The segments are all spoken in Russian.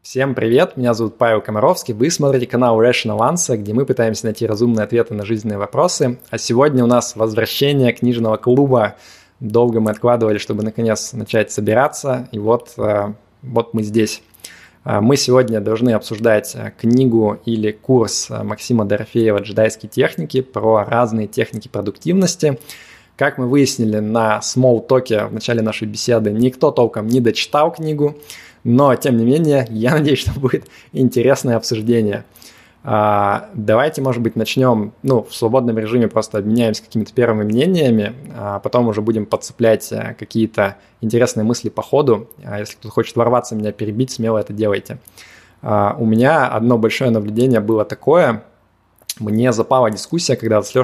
Всем привет, меня зовут Павел Комаровский, вы смотрите канал Rational Answer, где мы пытаемся найти разумные ответы на жизненные вопросы. А сегодня у нас возвращение книжного клуба. Долго мы откладывали, чтобы наконец начать собираться, и вот мы здесь. Мы сегодня должны обсуждать книгу или курс Максима Дорофеева «Джедайские техники» про разные техники продуктивности. Как мы выяснили на small talk в начале нашей беседы, никто толком не дочитал книгу, но, тем не менее, я надеюсь, что будет интересное обсуждение. Давайте, может быть, начнем в свободном режиме, просто обменяемся какими-то первыми мнениями, а потом уже будем подцеплять какие-то интересные мысли по ходу. Если кто-то хочет ворваться, меня перебить, смело это делайте. У меня одно большое наблюдение было такое. Мне запала дискуссия, когда с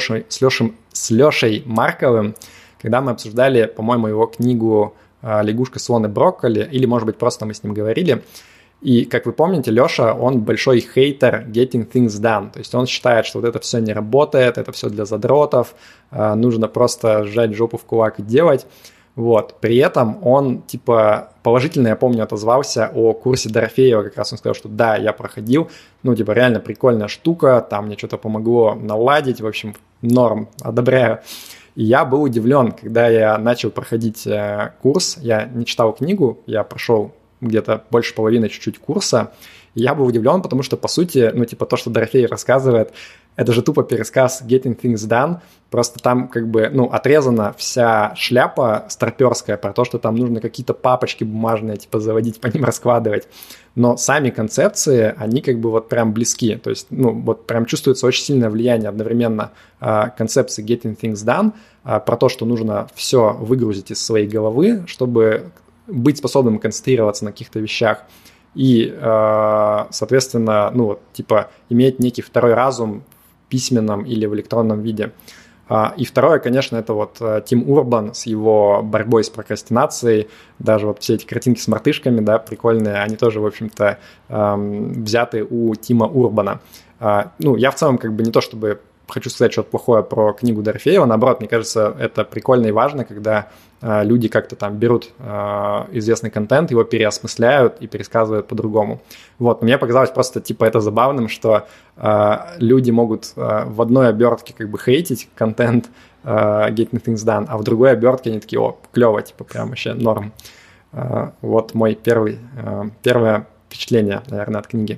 Лешей Марковым, когда мы обсуждали, по-моему, его книгу «Лягушка, слон и брокколи», или, может быть, просто мы с ним говорили. И, как вы помните, Леша, он большой хейтер getting things done. То есть он считает, что вот это все не работает, это все для задротов, нужно просто сжать жопу в кулак и делать. Вот. При этом он, положительно, я помню, отозвался о курсе Дорофеева. Как раз он сказал, что да, я проходил, реально прикольная штука, там мне что-то помогло наладить, в общем, норм, одобряю. И я был удивлен, когда я начал проходить курс, я не читал книгу, я прошел где-то больше половины чуть-чуть курса, и я был удивлен, потому что, по сути, то, что Дорофеев рассказывает, это же тупо пересказ Getting Things Done, просто там отрезана вся шляпа старперская про то, что там нужно какие-то папочки бумажные, заводить, по ним раскладывать. Но сами концепции, они прям близки, то есть, прям чувствуется очень сильное влияние одновременно концепции Getting Things Done, про то, что нужно все выгрузить из своей головы, чтобы быть способным концентрироваться на каких-то вещах и, соответственно, иметь некий второй разум в письменном или в электронном виде. И второе, конечно, это Тим Урбан с его борьбой с прокрастинацией, даже все эти картинки с мартышками, да, прикольные, они тоже, в общем-то, взяты у Тима Урбана. Я в целом не то чтобы хочу сказать что-то плохое про книгу Дорофеева, наоборот, мне кажется, это прикольно и важно, когда люди как-то там берут известный контент, его переосмысляют и пересказывают по-другому. Вот, мне показалось просто это забавным, что люди могут в одной обертке хейтить контент Getting Things Done, а в другой обертке они такие, клево, прям вообще норм. Вот мой первое впечатление, наверное, от книги.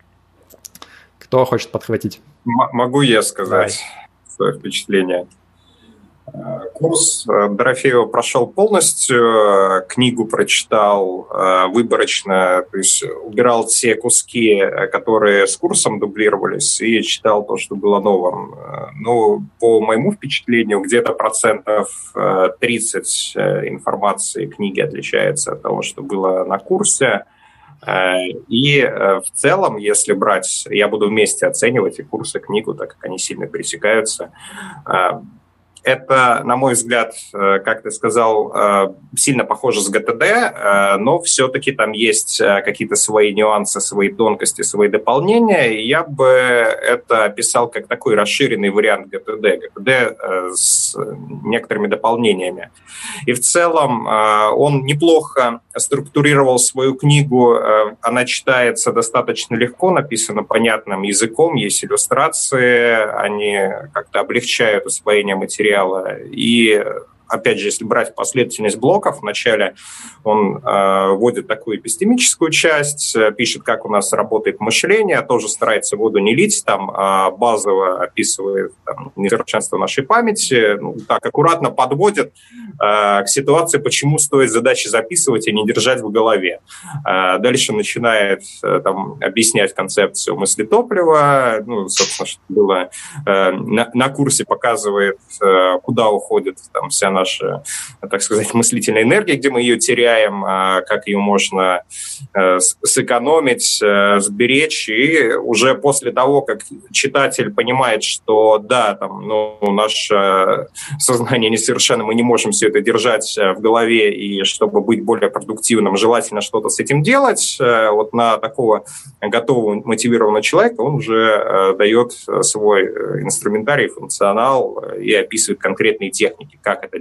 Кто хочет подхватить? Могу я сказать свое впечатление. Курс Дорофеева прошел полностью, книгу прочитал выборочно, то есть убирал те куски, которые с курсом дублировались, и читал то, что было новым. По моему впечатлению, где-то 30% информации книги отличается от того, что было на курсе. И в целом, если брать, я буду вместе оценивать и курс, и книгу, так как они сильно пересекаются. Это, на мой взгляд, как ты сказал, сильно похоже с ГТД, но все-таки там есть какие-то свои нюансы, свои тонкости, свои дополнения. И я бы это описал как такой расширенный вариант ГТД с некоторыми дополнениями. И в целом он неплохо структурировал свою книгу. Она читается достаточно легко, написана понятным языком, есть иллюстрации, они как-то облегчают усвоение материала. И, опять же, если брать последовательность блоков, вначале он вводит такую эпистемическую часть, пишет, как у нас работает мышление, тоже старается воду не лить, там базово описывает несовершенство нашей памяти, так аккуратно подводит к ситуации, почему стоит задачи записывать и не держать в голове. Дальше начинает объяснять концепцию мысли топлива, собственно, что было на курсе, показывает, куда уходит вся наша, так сказать, мыслительная энергия, где мы ее теряем, как ее можно сэкономить, сберечь. И уже после того, как читатель понимает, что да, наше сознание несовершенно, мы не можем все это держать в голове, и чтобы быть более продуктивным, желательно что-то с этим делать, на такого готового, мотивированного человека он уже дает свой инструментарий, функционал и описывает конкретные техники, как это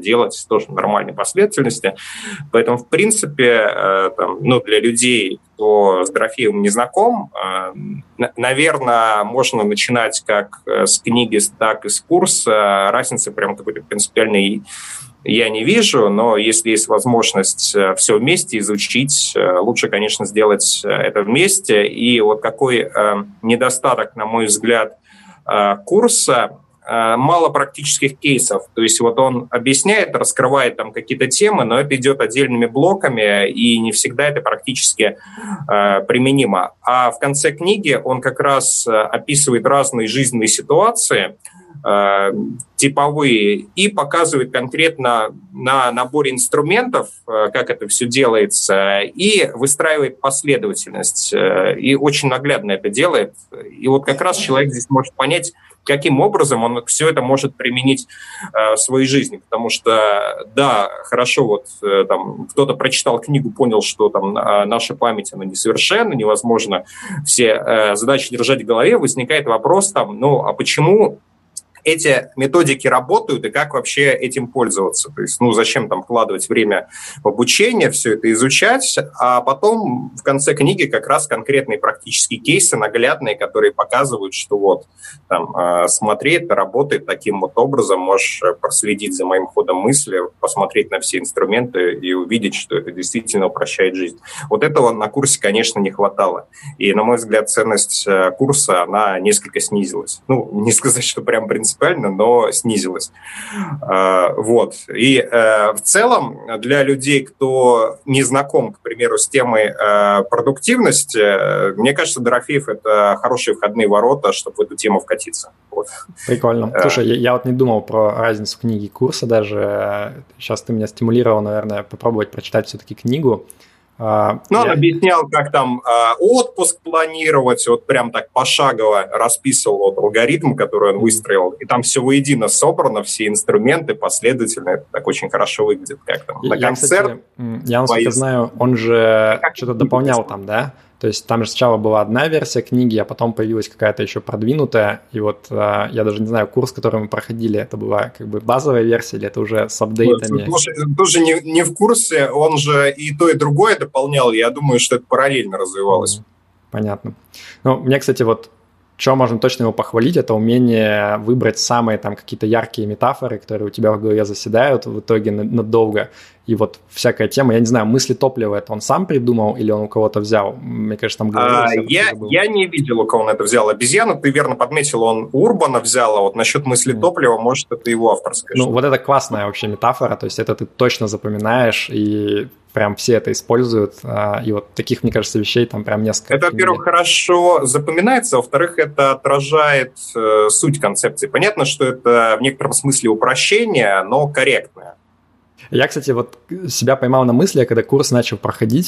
делать тоже в нормальной последовательности. Поэтому, в принципе, для людей, кто с Дорофеевым не знаком, наверное, можно начинать как с книги, так и с курса. Разницы прям какой-то принципиальной я не вижу, но если есть возможность все вместе изучить, лучше, конечно, сделать это вместе. И вот какой недостаток, на мой взгляд, курса: мало практических кейсов. То есть вот он объясняет, раскрывает там какие-то темы, но это идет отдельными блоками, и не всегда это практически применимо. А в конце книги он как раз описывает разные жизненные ситуации, типовые, и показывает конкретно на наборе инструментов, как это все делается, и выстраивает последовательность. И очень наглядно это делает. И вот как раз человек здесь может понять, каким образом он все это может применить в своей жизни. Потому что, да, хорошо, вот там кто-то прочитал книгу, понял, что там наша память, она несовершенна, невозможно все задачи держать в голове. Возникает вопрос там, а почему эти методики работают и как вообще этим пользоваться? То есть, зачем там вкладывать время в обучение, все это изучать, а потом в конце книги как раз конкретные практические кейсы наглядные, которые показывают, что вот там смотри, это работает таким вот образом, можешь проследить за моим ходом мысли, посмотреть на все инструменты и увидеть, что это действительно упрощает жизнь. Вот этого на курсе, конечно, не хватало. И, на мой взгляд, ценность курса, она несколько снизилась. Не сказать, что прям принципиально, но снизилась. Вот. И в целом для людей, кто не знаком, к примеру, с темой продуктивности, мне кажется, Дорофеев – это хорошие входные ворота, чтобы в эту тему вкатиться. Вот. Прикольно. Слушай, я вот не думал про разницу книги и курса даже. Сейчас ты меня стимулировал, наверное, попробовать прочитать все-таки книгу. Он объяснял, как там отпуск планировать, вот прям так пошагово расписывал вот алгоритм, который он выстроил, и там все воедино собрано, все инструменты последовательно, это так очень хорошо выглядит, как там на концерт. Я, насколько знаю, он же что-то дополнял там, да? То есть там же сначала была одна версия книги, а потом появилась какая-то еще продвинутая, и вот я даже не знаю, курс, который мы проходили, это была как бы базовая версия или это уже с апдейтами? Тоже не в курсе, он же и то, и другое дополнял, я думаю, что это параллельно развивалось. Понятно. Мне, кстати, вот что можно точно его похвалить, это умение выбрать самые там какие-то яркие метафоры, которые у тебя в голове заседают в итоге надолго. И вот всякая тема, я не знаю, мысли топлива, это он сам придумал или он у кого-то взял? Мне кажется, там говорилось. Я не видел, у кого он это взял. Обезьяну, ты верно подметил, он у Урбана взял, а вот насчет мысли топлива, может, это его авторская. Вот это классная вообще метафора, то есть это ты точно запоминаешь, и прям все это используют, и вот таких, мне кажется, вещей там прям несколько. Это, во-первых, хорошо запоминается, во-вторых, это отражает суть концепции. Понятно, что это в некотором смысле упрощение, но корректное. Я, кстати, вот себя поймал на мысли, когда курс начал проходить,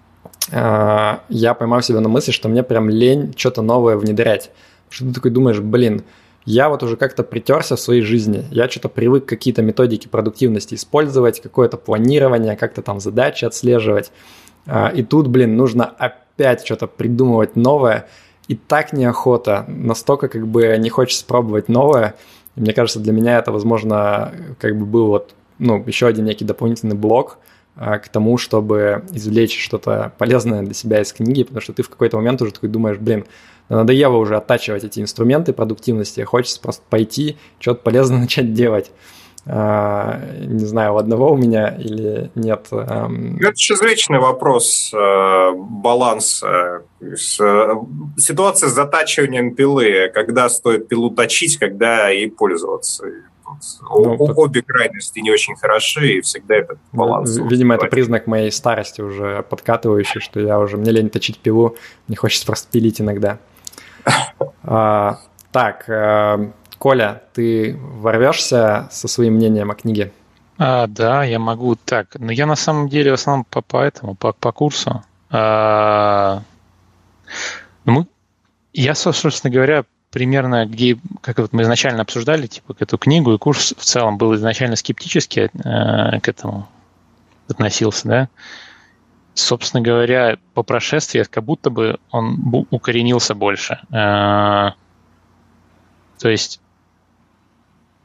я поймал себя на мысли, что мне прям лень что-то новое внедрять. Потому что ты такой думаешь, я вот уже как-то притерся в своей жизни, я что-то привык какие-то методики продуктивности использовать, какое-то планирование, как-то там задачи отслеживать. И тут, нужно опять что-то придумывать новое, и так неохота, настолько как бы не хочется пробовать новое. И мне кажется, для меня это, возможно, как бы был вот еще один некий дополнительный блок к тому, чтобы извлечь что-то полезное для себя из книги, потому что ты в какой-то момент уже такой думаешь, надоело уже оттачивать эти инструменты продуктивности, хочется просто пойти, что-то полезное начать делать. Не знаю, у одного у меня или нет. Это же извечный вопрос, баланс. Ситуация с затачиванием пилы, когда стоит пилу точить, когда ей пользоваться. Обе крайности не очень хороши, и всегда этот баланс. Видимо, это признак моей старости уже подкатывающий, что мне лень точить пилу, мне хочется просто пилить иногда. Так, Коля, ты ворвешься со своим мнением о книге? Да, я могу. Так, но я на самом деле в основном по курсу. Я, собственно говоря, примерно, как вот мы изначально обсуждали, эту книгу, и курс в целом был изначально скептически к этому относился, да. Собственно говоря, по прошествии как будто бы он укоренился больше. То есть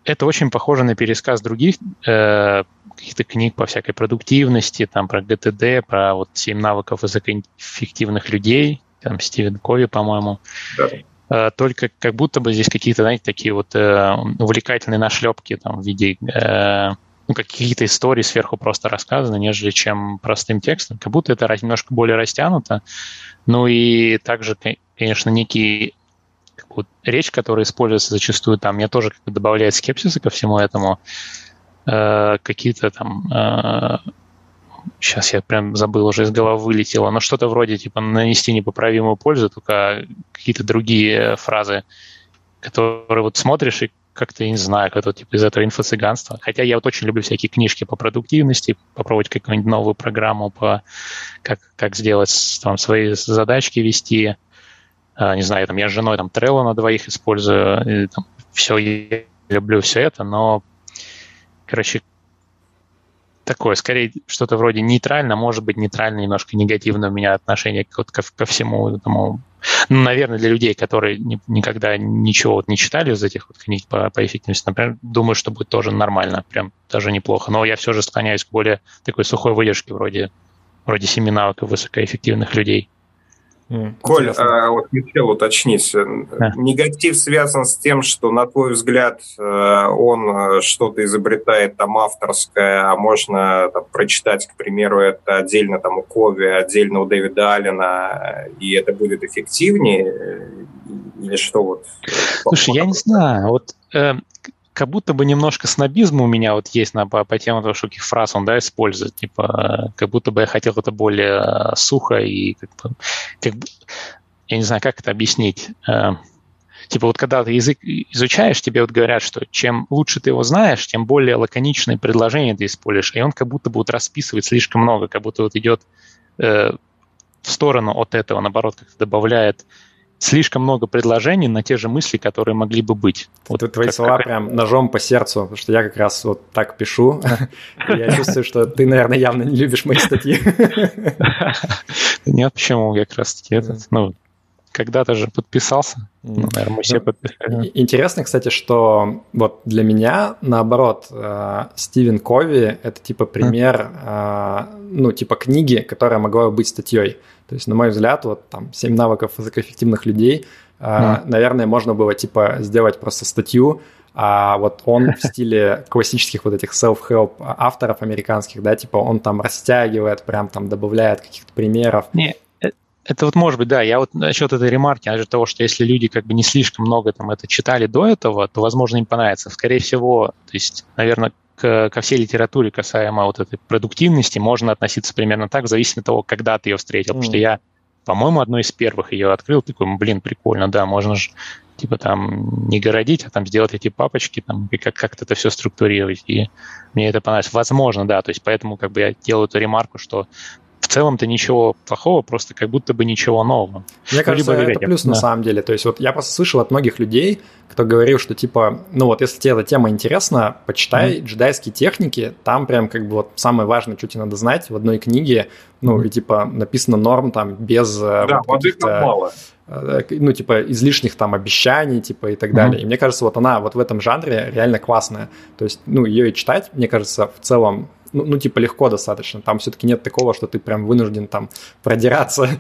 это очень похоже на пересказ других каких-то книг по всякой продуктивности, там про ГТД, про вот 7 навыков высокоэффективных людей, там Стивен Кови, по-моему. Да. Только как будто бы здесь какие-то, знаете, такие вот увлекательные нашлепки там в виде какие-то истории сверху просто рассказаны, нежели чем простым текстом. Как будто это немножко более растянуто. Ну и также, конечно, некий вот, речь, которая используется зачастую там, мне тоже как-то добавляет скепсиса ко всему этому. Какие-то там... Сейчас я прям забыл, уже из головы вылетело, но что-то вроде типа нанести непоправимую пользу, только какие-то другие фразы, которые вот смотришь и как-то, я не знаю, как-то типа из этого инфо-цыганства. Хотя я вот очень люблю всякие книжки по продуктивности, попробовать какую-нибудь новую программу, по как сделать там свои задачки вести. Не знаю, там, я с женой там Trello на 2 использую, и, там, все, я люблю все это, но, короче, такое, скорее, что-то вроде нейтрально, может быть, нейтрально, немножко негативное у меня отношение ко всему этому. Ну, наверное, для людей, которые никогда ничего вот не читали из этих вот книг по эффективности, например, думаю, что будет тоже нормально, прям даже неплохо. Но я все же склоняюсь к более такой сухой выдержке, вроде 7 навыков высокоэффективных людей. Коль, вот хотел уточнить. Негатив связан с тем, что, на твой взгляд, он что-то изобретает там авторское, а можно там, прочитать, к примеру, это отдельно там у Кови, отдельно у Дэвида Аллена, и это будет эффективнее? Или что вот? Слушай, я не знаю. Вот как будто бы немножко снобизм у меня вот есть по тему того, что каких фраз он, да, использует. Типа, как будто бы я хотел это более сухо и я не знаю, как это объяснить. Типа вот когда ты язык изучаешь, тебе вот говорят, что чем лучше ты его знаешь, тем более лаконичные предложения ты используешь. И он как будто бы вот расписывает слишком много, как будто вот идет в сторону от этого, наоборот, как-то добавляет слишком много предложений на те же мысли, которые могли бы быть. Вот твои слова прям ножом по сердцу, потому что я как раз вот так пишу. Я чувствую, что ты, наверное, явно не любишь мои статьи. Нет, почему? Я как раз-таки когда-то же подписался. Наверное, мы все подписали. Интересно, кстати, что вот для меня, наоборот, Стивен Кови – это типа пример, типа книги, которая могла бы быть статьей. То есть, на мой взгляд, вот там 7 навыков высокоэффективных людей, наверное, можно было типа сделать просто статью, а вот он в стиле классических вот этих self-help авторов американских, да, типа он там растягивает, прям там добавляет каких-то примеров. Это вот может быть, да, я вот насчет этой ремарки, насчет того, что если люди как бы не слишком много там это читали до этого, то, возможно, им понравится. Скорее всего, то есть, наверное, ко всей литературе касаемо вот этой продуктивности можно относиться примерно так, в зависимости от того, когда ты ее встретил. Потому что я, по-моему, одной из первых ее открыл, такой, прикольно, да, можно же типа там не городить, а там сделать эти папочки, там, и как-то это все структурировать. И мне это понравилось. Возможно, да, то есть поэтому как бы я делаю эту ремарку, что в целом-то ничего плохого, просто как будто бы ничего нового. Мне кажется, это плюс на самом деле. То есть вот я просто слышал от многих людей, кто говорил, что типа, вот если тебе эта тема интересна, почитай джедайские техники, там прям как бы вот самое важное, что тебе надо знать в одной книге, и типа написано норм там без каких-то излишних там обещаний, типа, и так далее. И мне кажется, вот она вот в этом жанре реально классная. То есть, ее и читать, мне кажется, в целом, легко достаточно. Там все-таки нет такого, что ты прям вынужден там продираться,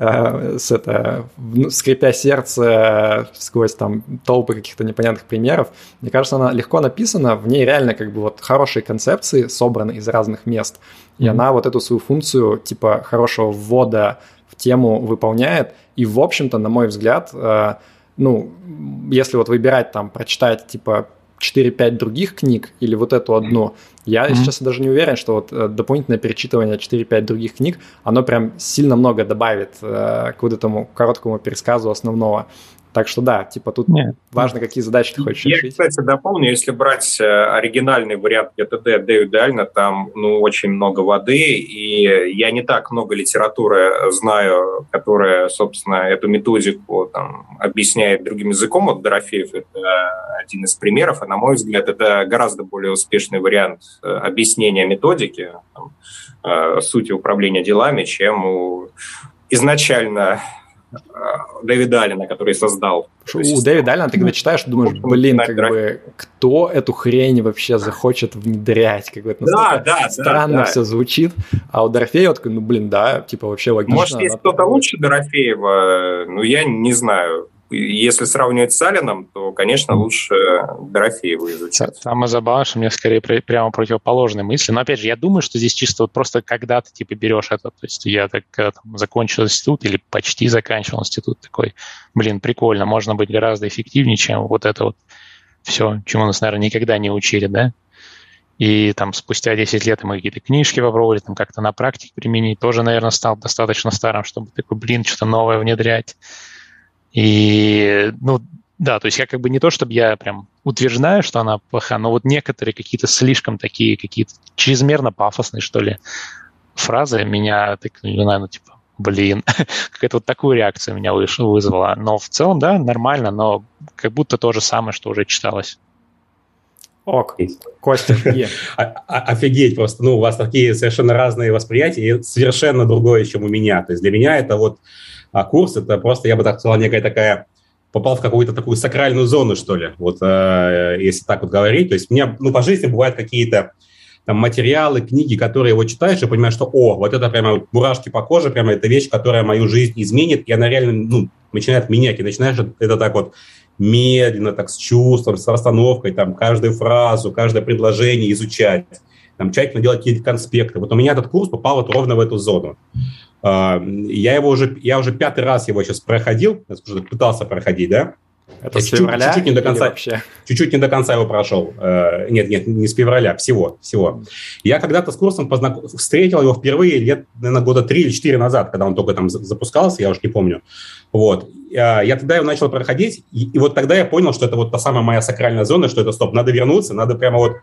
скрипя сердце сквозь там толпы каких-то непонятных примеров. Мне кажется, она легко написана, в ней реально как бы вот хорошие концепции собраны из разных мест. И она вот эту свою функцию типа хорошего ввода в тему выполняет. И, в общем-то, на мой взгляд, если вот выбирать там, прочитать типа 4-5 других книг или вот эту одну, я сейчас даже не уверен, что вот дополнительное перечитывание 4-5 других книг, оно прям сильно много добавит к вот этому короткому пересказу основного. Так что да, типа тут важно, какие задачи ты хочешь решить. Я, кстати, дополню, если брать оригинальный вариант ГТД Дэвида Аллена, там очень много воды, и я не так много литературы знаю, которая, собственно, эту методику там, объясняет другим языком. Вот Дорофеев – это один из примеров, и, на мой взгляд, это гораздо более успешный вариант объяснения методики, сути управления делами, чем у изначально Дэвида Аллена, который создал. У Дэвида Аллена ты когда читаешь, думаешь, блин, как бы, кто эту хрень вообще захочет внедрять? Как бы это настолько странно все звучит. А у Дорофеева такой, ну, блин, да, типа вообще логично. Может, есть кто-то лучше Дорофеева? Ну, я не знаю. Если сравнивать с Алленом, то, конечно, лучше Дорофеева изучать. Самое забавное, что у меня скорее прямо противоположные мысли. Но, опять же, я думаю, что здесь чисто вот просто когда ты, типа, берешь это. То есть я так закончил институт или почти заканчивал институт, такой, блин, прикольно, можно быть гораздо эффективнее, чем вот это вот все, чему нас, наверное, никогда не учили, да? И там спустя 10 лет мы какие-то книжки попробовали, там как-то на практике применить. Тоже, наверное, стал достаточно старым, чтобы такой, блин, что-то новое внедрять. И, ну, да, то есть я как бы не то, чтобы я прям утверждаю, что она плоха, но вот некоторые какие-то слишком такие, какие-то чрезмерно пафосные, что ли, фразы меня, так, не знаю, ну, типа, блин, какая-то вот такую реакцию меня вызвала. Но в целом, да, нормально, но как будто то же самое, что уже читалось. Ок, Костя, офигеть просто, ну, у вас такие совершенно разные восприятия, и совершенно другое, чем у меня. То есть для меня это вот курс, это просто, я бы так сказал, некая такая, попал в какую-то такую сакральную зону, что ли, вот если так вот говорить. То есть у меня, ну, по жизни бывают какие-то там материалы, книги, которые вот читаешь и понимаешь, что, вот это прямо мурашки по коже, прямо это вещь, которая мою жизнь изменит, и она реально, ну, начинает менять, и начинаешь это так вот медленно, так с чувством, с расстановкой, там, каждую фразу, каждое предложение изучать, там, тщательно делать какие-то конспекты. Вот у меня этот курс попал вот ровно в эту зону. Я уже 5-й раз его сейчас проходил, пытался проходить, да? Это с февраля чуть-чуть не до конца, вообще? Чуть-чуть не до конца его прошел. Нет, не с февраля, всего. Я когда-то с курсом встретил его впервые лет, наверное, года 3 или 4 назад, когда он только там запускался, я уже не помню. Вот. Я тогда его начал проходить, и вот тогда я понял, что это вот та самая моя сакральная зона, что это стоп, надо вернуться, надо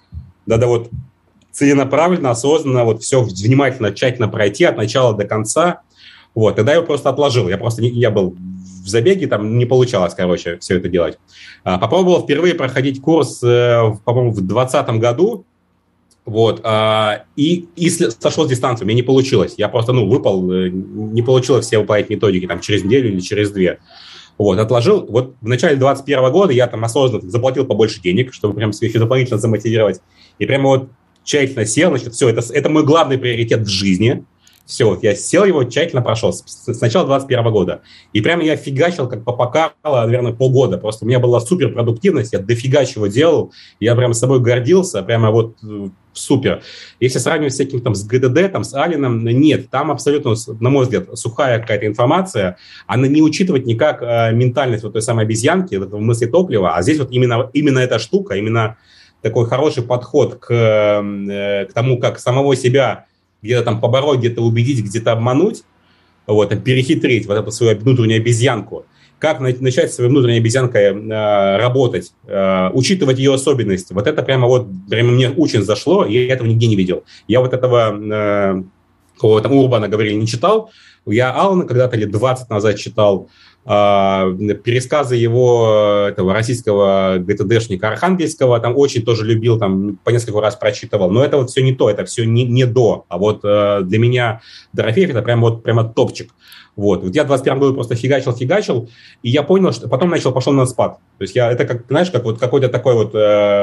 целенаправленно, осознанно вот все внимательно, тщательно пройти от начала до конца. Вот. Тогда я его просто отложил. Я был в забеге, там не получалось, короче, все это делать. Попробовал впервые проходить курс, по-моему, в 2020 году. Вот. И сошел с дистанции. У меня не получилось. Я просто, выпал, не получилось все выполнять методики там, через неделю или через 2. Вот, отложил. Вот в начале 2021 года я там осознанно заплатил побольше денег, чтобы прям себя еще дополнительно замотивировать. И прямо вот тщательно сел, значит, все, это мой главный приоритет в жизни. Все, вот я сел его, тщательно прошел с начала 2021 года. И прямо я фигачил, как попакало, наверное, полгода. Просто у меня была суперпродуктивность, я дофига чего делал. Я прям с собой гордился, прямо вот супер. Если сравнивать с всяким там с ГДД, там с Алленом, нет, там абсолютно, на мой взгляд, сухая какая-то информация. Она не учитывает никак ментальность вот той самой обезьянки, этого мысли топлива. А здесь вот именно эта штука, именно такой хороший подход к тому, как самого себя где-то там побороть, где-то убедить, где-то обмануть, вот, перехитрить вот эту свою внутреннюю обезьянку. Как начать своей внутренней обезьянкой работать, учитывать ее особенности. Вот это прямо мне очень зашло, и я этого нигде не видел. Я вот этого Урбана, говорили, не читал. Я Алана когда-то лет 20 назад читал пересказы его, этого российского ГТДшника Архангельского, там очень тоже любил, там по несколько раз прочитывал, но это вот все не то, это все не до, а вот для меня Дорофеев это прямо топчик. Вот я в 21 году просто фигачил, и я понял, что потом пошел на спад. То есть это как, знаешь, как вот какой-то такой вот,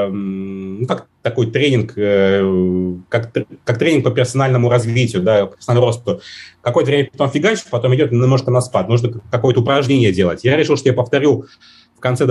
как такой тренинг, как тренинг по персональному развитию, да, по персональному росту. Какое-то время потом фигачишь, потом идет немножко на спад. Нужно какое-то упражнение делать. Я решил, что я повторю в конце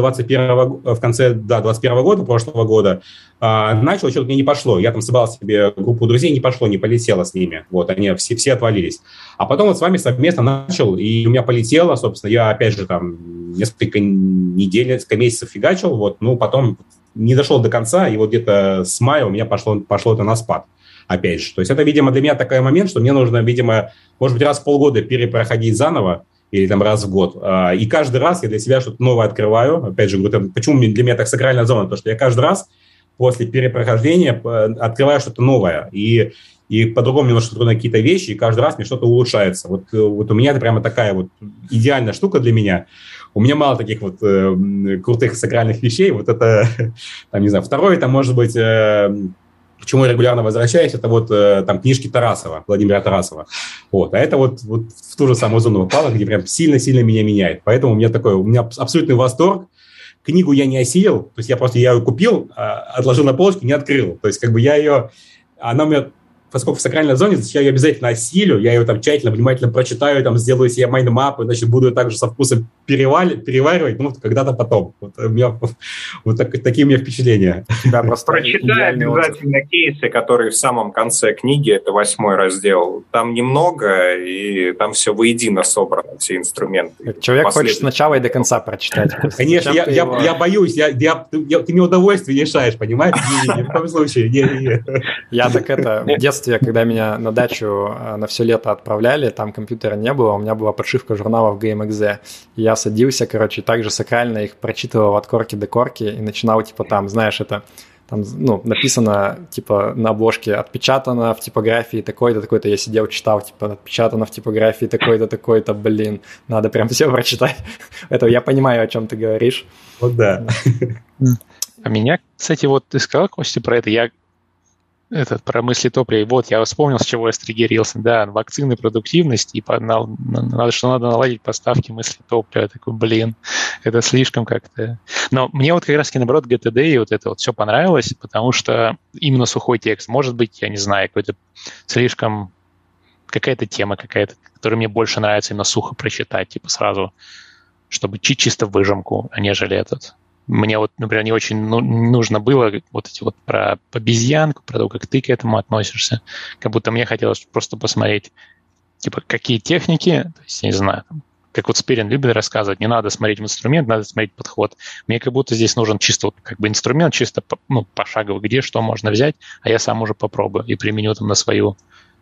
21 года, прошлого года, начал, что-то мне не пошло. Я там собрал себе группу друзей, не пошло, не полетело с ними. Вот, они все отвалились. А потом вот с вами совместно начал, и у меня полетело, собственно, я, опять же, там, несколько недель, несколько месяцев фигачил, вот, потом не дошел до конца, и вот где-то с мая у меня пошло это на спад. Опять же, то есть это, видимо, для меня такой момент, что мне нужно, видимо, может быть, раз в полгода перепроходить заново, или там раз в год. И каждый раз я для себя что-то новое открываю. Опять же, почему для меня так сакральная зона? Потому что я каждый раз после перепрохождения открываю что-то новое. И по-другому немножко смотрю на какие-то вещи, и каждый раз мне что-то улучшается. Вот у меня это прямо такая вот идеальная штука для меня. У меня мало таких вот крутых сакральных вещей. Вот это, там, не знаю, второе, это может быть... к чему я регулярно возвращаюсь, это вот там книжки Тарасова, Владимира Тарасова. Вот. А это вот в ту же самую зону попало, где прям сильно-сильно меня меняет. Поэтому у меня абсолютный восторг. Книгу я не осилил, то есть я ее купил, отложил на полочку, не открыл. То есть как бы она у меня, поскольку в сакральной зоне, я ее обязательно осилю, я ее там тщательно, внимательно прочитаю, там сделаю себе майндмапы, значит, буду ее также со вкусом переваривать, когда-то потом. Вот у меня такие у меня впечатления. Прочитай обязательно кейсы, которые в самом конце книги, это 8 раздел. Там немного, и там все воедино собрано, все инструменты. Человек хочет сначала и до конца прочитать. Конечно, я боюсь, ты мне удовольствие лишаешь, понимаешь? Ни в коем случае. Я так в детстве, когда меня на дачу на все лето отправляли, там компьютера не было, у меня была подшивка журналов GameXZ. Я садился, короче, также сакрально их прочитывал от корки до корки и начинал, типа, там, знаешь, это там, написано, типа, на обложке отпечатано в типографии такой-то, такой-то. Я сидел, читал, типа, отпечатано в типографии такой-то, такой-то, блин, надо прям все прочитать. Это я понимаю, о чем ты говоришь. Вот да. А меня, кстати, вот ты сказал, Костя, про это, про мысли топлива. Вот, я вспомнил, с чего я стригерился. Да, вакцины, продуктивность, и надо наладить поставки мысли топлива. Я такой, блин, это слишком как-то... Но мне вот как раз-таки, наоборот, GTD и вот это вот все понравилось, потому что именно сухой текст. Может быть, я не знаю, какой-то слишком... Какая-то тема какая-то, которая мне больше нравится именно сухо прочитать, типа сразу, чтобы чисто выжимку, а нежели этот... Мне вот, например, не очень нужно было вот эти вот про обезьянку, про то, как ты к этому относишься. Как будто мне хотелось просто посмотреть, типа, какие техники, то есть, я не знаю, как вот Спирин любит рассказывать, не надо смотреть в инструмент, надо смотреть подход. Мне как будто здесь нужен чисто вот как бы инструмент, чисто пошагово, где что можно взять, а я сам уже попробую и применю там на свою,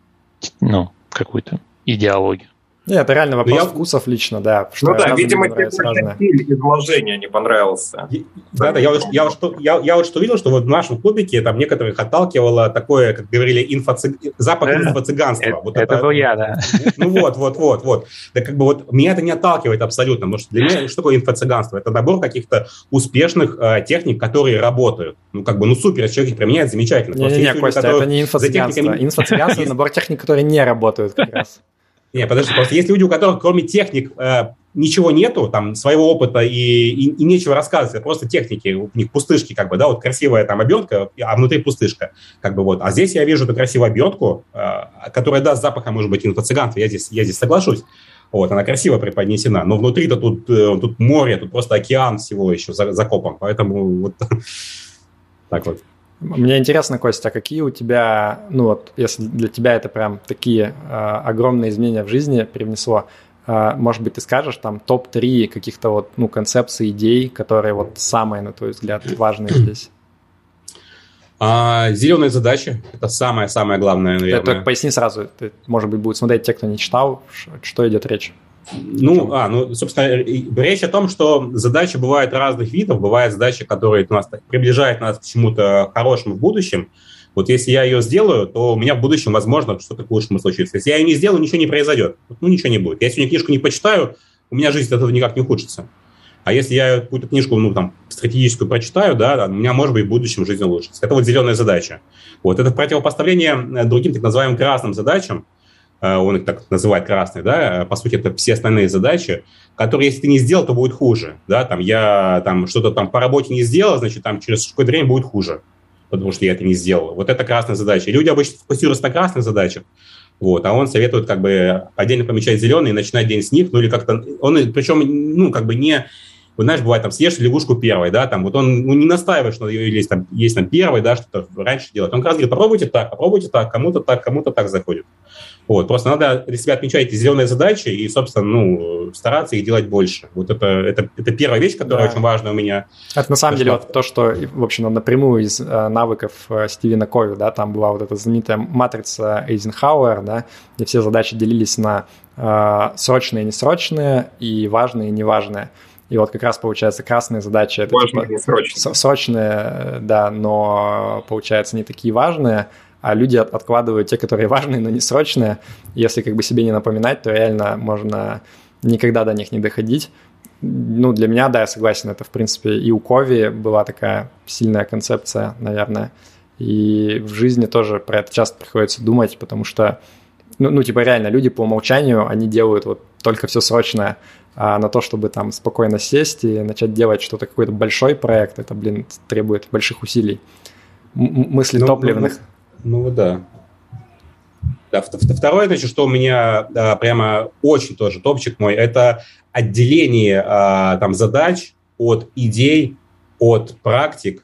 какую-то идеологию. Нет, это реально вопрос вкусов лично, да. Видимо, тебе стиль изложения не понравился. Я вот что видел, что вот в нашем клубике там некоторых отталкивало такое, как говорили, запах инфо-цыганства. Это был я, да. Вот. Да как бы вот меня это не отталкивает абсолютно, потому что для меня что такое инфо-цыганство? Это набор каких-то успешных техник, которые работают. Супер, если человек их применяет, замечательно. Не, Костя, это не инфо-цыганство. Инфо-цыганство – это набор техник, которые не работают как раз. Не, подожди, просто есть люди, у которых кроме техник ничего нету, там, своего опыта и нечего рассказывать, просто техники, у них пустышки, как бы, да, вот красивая там обертка, а внутри пустышка, как бы вот. А здесь я вижу эту красивую обертку, которая даст запаха, может быть, инфо-цыганства, я здесь соглашусь. Вот, она красиво преподнесена, но внутри-то тут море, тут просто океан всего еще закопан, поэтому вот так вот. Мне интересно, Костя, какие у тебя, если для тебя это прям такие огромные изменения в жизни привнесло, может быть, ты скажешь там топ-3 каких-то вот, концепций, идей, которые вот самые, на твой взгляд, важные здесь? Зеленые задачи – это самое-самое главное, наверное. Только поясни сразу, может быть, будут смотреть те, кто не читал, что идет речь. Собственно, речь о том, что задачи бывают разных видов. Бывают задачи, которые приближают нас к чему-то хорошему в будущем. Вот если я ее сделаю, то у меня в будущем, возможно, что-то к лучшему случится. Если я ее не сделаю, ничего не произойдет. Ничего не будет. Если я книжку не почитаю, у меня жизнь от этого никак не ухудшится. А если я какую-то книжку, стратегическую прочитаю, да, у меня, может быть, в будущем жизнь улучшится. Это вот зеленая задача. Вот это в противопоставление другим так называемым красным задачам. Он их так называет красные, да, по сути, это все остальные задачи, которые, если ты не сделал, то будет хуже, да, я что-то по работе не сделал, значит, через какое-то время будет хуже, потому что я это не сделал. Вот это красная задача. И люди обычно фокусируются на красных задачах, а он советует отдельно помечать зеленые и начинать день с них, или как-то, причем, не... Вот знаешь, бывает, съешь лягушку первой, да, он не настаивает, что есть первой, да, что-то раньше делать. Он как раз говорит, попробуйте так, кому-то так заходит. Вот, просто надо для себя отмечать эти зеленые задачи и, собственно, стараться их делать больше. Вот это первая вещь, которая очень важна у меня. Это на самом деле вот то, что, в общем, напрямую из навыков Стивена Кови, да, там была вот эта знаменитая матрица Эйзенхауэра, да, где все задачи делились на срочные и несрочные, и важные и неважные. И вот как раз, получается, красные задачи – это срочные, да, но, получается, не такие важные, а люди откладывают те, которые важные, но не срочные. Если себе не напоминать, то реально можно никогда до них не доходить. Для меня, да, я согласен, это, в принципе, и у Кови была такая сильная концепция, наверное. И в жизни тоже про это часто приходится думать, потому что, типа реально, люди по умолчанию, они делают вот только все срочное, а на то, чтобы там спокойно сесть и начать делать что-то, какой-то большой проект, это, требует больших усилий. Мысли топливных. Да. Да, второе, значит, что у меня прямо очень тоже топчик мой, это отделение задач от идей, от практик.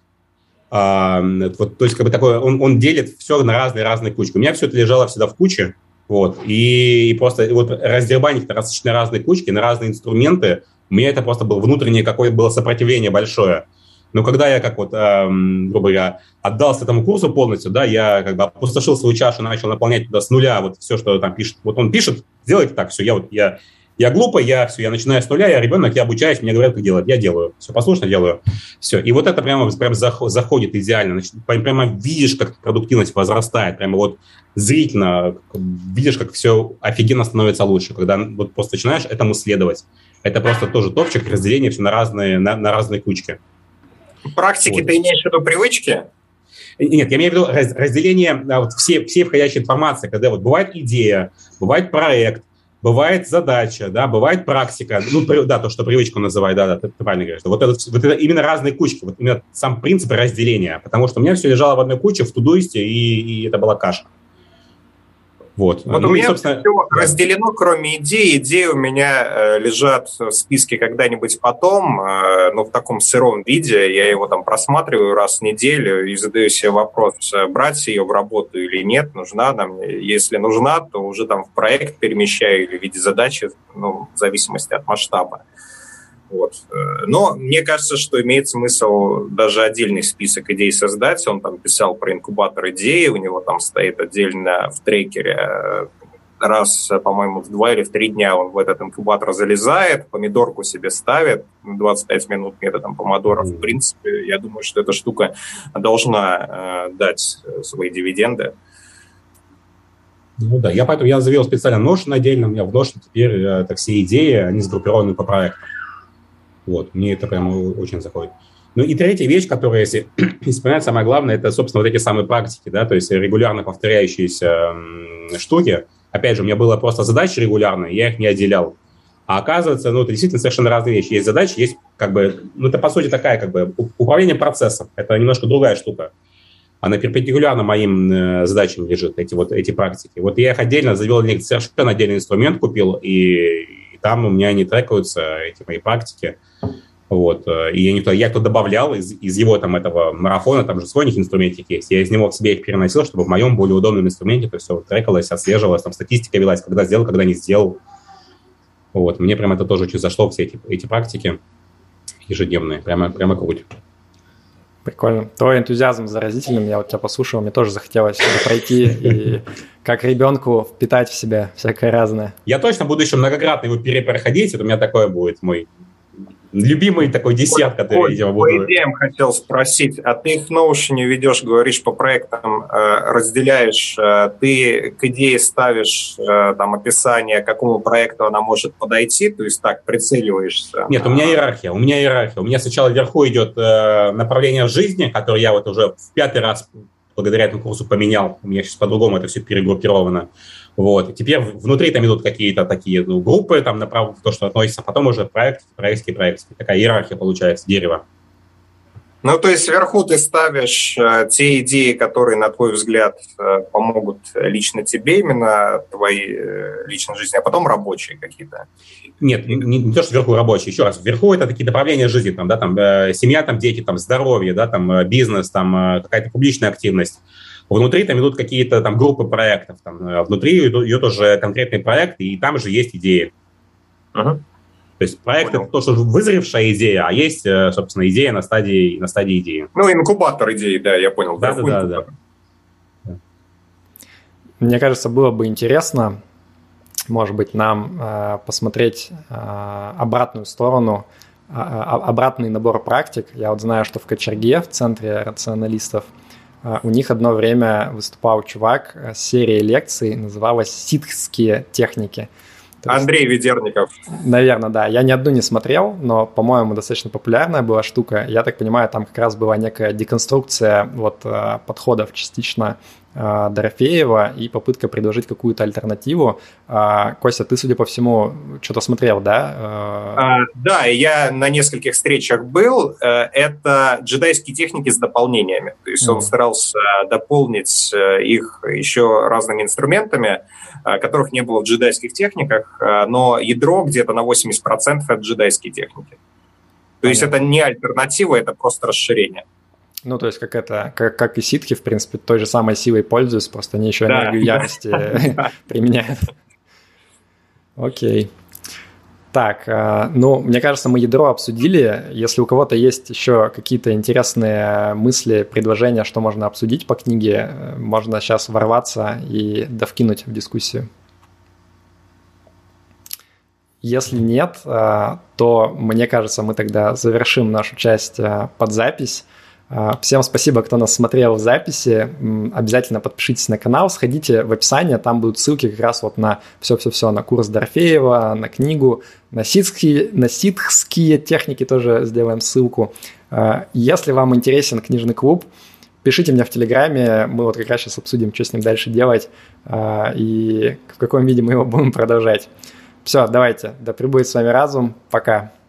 Вот, то есть как бы такое, он делит все на разные кучки. У меня все это лежало всегда в куче, вот, и просто вот раздербанить на разные кучки, на разные инструменты, у меня это просто было внутреннее какое-то было сопротивление большое. Но когда я, грубо говоря, отдался этому курсу полностью, да, я как бы опустошил свою чашу, начал наполнять туда с нуля вот все, что там пишет. Вот он пишет, сделайте так, все, я глупый, я начинаю с нуля, я ребенок, я обучаюсь, мне говорят, как делать, я делаю, все послушно делаю, все. И вот это прямо заходит идеально, значит, прямо видишь, как продуктивность возрастает, прямо вот зрительно видишь, как все офигенно становится лучше, когда вот просто начинаешь этому следовать. Это просто тоже топчик, разделение все на разные кучки. Практики вот. Ты имеешь в виду привычки? Нет, я имею в виду разделение вот всей входящей информации, когда вот бывает идея, бывает проект, бывает задача, да, бывает практика, то, что привычку называют, да, ты правильно говоришь. Вот это именно разные кучки, вот именно сам принцип разделения, потому что у меня все лежало в одной куче, в тудуисте, и это была каша. Вот. У меня все разделено, кроме идей. Идеи у меня лежат в списке когда-нибудь потом, но в таком сыром виде. Я его там просматриваю раз в неделю и задаю себе вопрос, брать ее в работу или нет, нужна она мне. Если нужна, то уже там в проект перемещаю или в виде задачи, в зависимости от масштаба. Вот. Но мне кажется, что имеет смысл даже отдельный список идей создать. Он там писал про инкубатор идеи, у него там стоит отдельно в трекере. Раз, по-моему, в 2 или в 3 дня он в этот инкубатор залезает, помидорку себе ставит, 25 минут методом помодоро. В принципе, я думаю, что эта штука должна дать свои дивиденды. Да, поэтому я завел специально Notion отдельно, у меня в Notion теперь это все идеи, они сгруппированы по проектам. Вот, мне это прямо очень заходит. И третья вещь, которая, если вспоминать, самое главное, это, собственно, вот эти самые практики, да, то есть регулярно повторяющиеся штуки. Опять же, у меня была просто задачи регулярные, я их не отделял. А оказывается, это действительно совершенно разные вещи. Есть задачи, есть это по сути такая управление процессом. Это немножко другая штука. Она перпендикулярно моим задачам лежит, эти практики. Вот я их отдельно завел, совершенно отдельный инструмент купил, и там у меня не трекаются эти мои практики. Вот. И я их добавлял из его этого марафона, там же свой инструментик есть. Я из него к себе их переносил, чтобы в моем более удобном инструменте это все трекалось, отслеживалось, там статистика велась, когда сделал, когда не сделал. Вот. Мне прямо это тоже очень зашло, все эти практики ежедневные. Прямо круть. Прикольно. Твой энтузиазм заразительным. Я вот тебя послушал, мне тоже захотелось пройти и как ребенку впитать в себя всякое разное. Я точно буду еще многократно его перепроходить. Это у меня такое будет мой любимый такой десерт, который, видимо, буду... По идеям хотел спросить, а ты их в Notion ведешь, говоришь, по проектам разделяешь, ты к идее ставишь там описание, к какому проекту она может подойти, то есть так прицеливаешься? Нет, у меня иерархия. У меня сначала вверху идет направление в жизни, которое я вот уже в 5-й раз благодаря этому курсу поменял. У меня сейчас по-другому это все перегруппировано. Вот. И теперь внутри там идут какие-то такие группы, там направо то, что относится, а потом уже проект. Такая иерархия получается, дерево. То есть сверху ты ставишь те идеи, которые, на твой взгляд, помогут лично тебе, именно твоей личной жизни, а потом рабочие какие-то. Нет, не то, что вверху рабочие. Еще раз, вверху это такие направления жизни, семья, дети, здоровье, бизнес, какая-то публичная активность. Внутри там идут какие-то группы проектов, внутри идет уже конкретный проект, и там же есть идеи. Uh-huh. То есть проект – это то, что вызревшая идея, а есть, собственно, идея на стадии идеи. Инкубатор идеи, да, я понял. Да. Мне кажется, было бы интересно, может быть, нам посмотреть обратную сторону, обратный набор практик. Я вот знаю, что в Кочерге, в центре рационалистов, у них одно время выступал чувак с серией лекций, называлась «Ситхские техники». Андрей Ведерников. Наверное, да. Я ни одну не смотрел, но, по-моему, достаточно популярная была штука. Я так понимаю, там как раз была некая деконструкция подходов частично Дорофеева и попытка предложить какую-то альтернативу. Костя, ты, судя по всему, что-то смотрел, да? Да, я на нескольких встречах был. Это джедайские техники с дополнениями. То есть он старался дополнить их еще разными инструментами, которых не было в джедайских техниках, но ядро где-то на 80% это джедайские техники. То есть это не альтернатива, это просто расширение. Ну, то есть как и ситхи, в принципе, той же самой силой пользуются, просто они еще энергию ярости применяют. Окей. Так, мне кажется, мы ядро обсудили. Если у кого-то есть еще какие-то интересные мысли, предложения, что можно обсудить по книге, можно сейчас ворваться и довкинуть в дискуссию. Если нет, то, мне кажется, мы тогда завершим нашу часть под запись. Всем спасибо, кто нас смотрел в записи. Обязательно подпишитесь на канал, сходите в описание, там будут ссылки как раз на все-все-все, на курс Дорофеева, на книгу, на ситхские техники тоже сделаем ссылку. Если вам интересен книжный клуб, пишите мне в Телеграме, мы как раз сейчас обсудим, что с ним дальше делать и в каком виде мы его будем продолжать. Все, давайте, да пребудет с вами разум, пока.